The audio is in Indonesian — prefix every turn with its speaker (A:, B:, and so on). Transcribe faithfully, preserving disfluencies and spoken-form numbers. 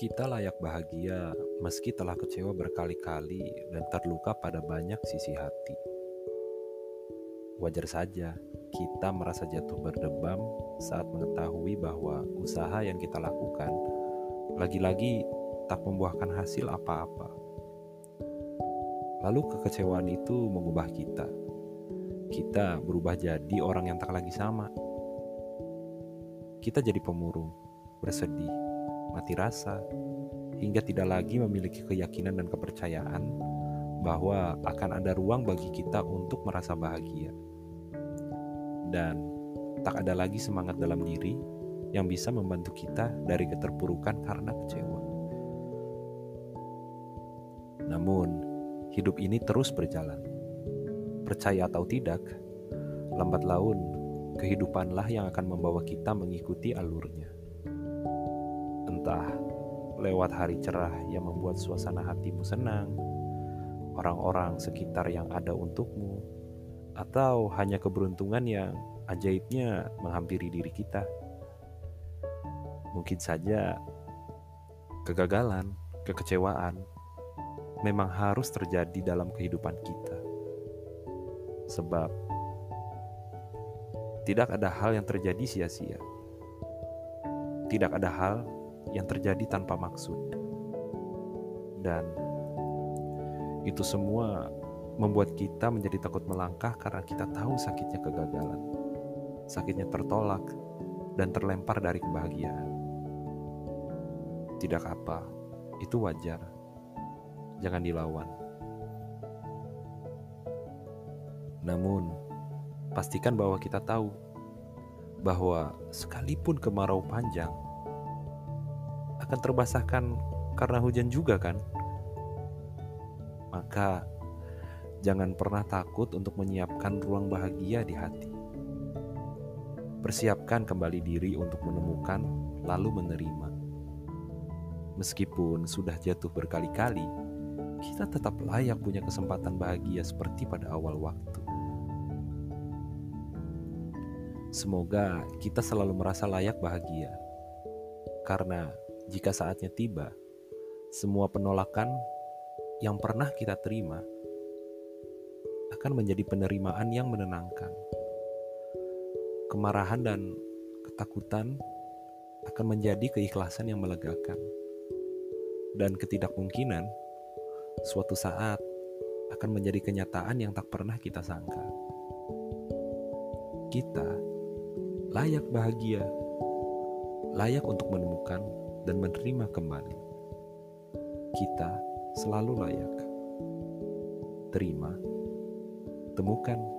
A: Kita layak bahagia meski telah kecewa berkali-kali dan terluka pada banyak sisi hati. Wajar saja kita merasa jatuh berdebam saat mengetahui bahwa usaha yang kita lakukan lagi-lagi tak membuahkan hasil apa-apa. Lalu kekecewaan itu mengubah kita. Kita berubah jadi orang yang tak lagi sama. Kita jadi pemurung, bersedih, mati rasa, hingga tidak lagi memiliki keyakinan dan kepercayaan bahwa akan ada ruang bagi kita untuk merasa bahagia. Dan tak ada lagi semangat dalam diri yang bisa membantu kita dari keterpurukan karena kecewa. Namun, hidup ini terus berjalan. Percaya atau tidak, lambat laun, kehidupanlah yang akan membawa kita mengikuti alurnya. Entah lewat hari cerah yang membuat suasana hatimu senang, orang-orang sekitar yang ada untukmu, atau hanya keberuntungan yang ajaibnya menghampiri diri kita. Mungkin saja kegagalan, kekecewaan memang harus terjadi dalam kehidupan kita. Sebab tidak ada hal yang terjadi sia-sia. Tidak ada hal yang terjadi tanpa maksud. Dan itu semua membuat kita menjadi takut melangkah karena kita tahu sakitnya kegagalan, sakitnya tertolak, dan terlempar dari kebahagiaan. Tidak apa, itu wajar. Jangan dilawan. Namun, pastikan bahwa kita tahu bahwa sekalipun kemarau panjang akan terbasahkan karena hujan juga kan? Maka jangan pernah takut untuk menyiapkan ruang bahagia di hati. Persiapkan kembali diri untuk menemukan lalu menerima. Meskipun sudah jatuh berkali-kali, kita tetap layak punya kesempatan bahagia seperti pada awal waktu. Semoga kita selalu merasa layak bahagia. Karena jika saatnya tiba, semua penolakan yang pernah kita terima akan menjadi penerimaan yang menenangkan. Kemarahan dan ketakutan akan menjadi keikhlasan yang melegakan. Dan ketidakmungkinan suatu saat akan menjadi kenyataan yang tak pernah kita sangka. Kita layak bahagia, layak untuk menemukan dan menerima kembali. Kita selalu layak. Terima, temukan,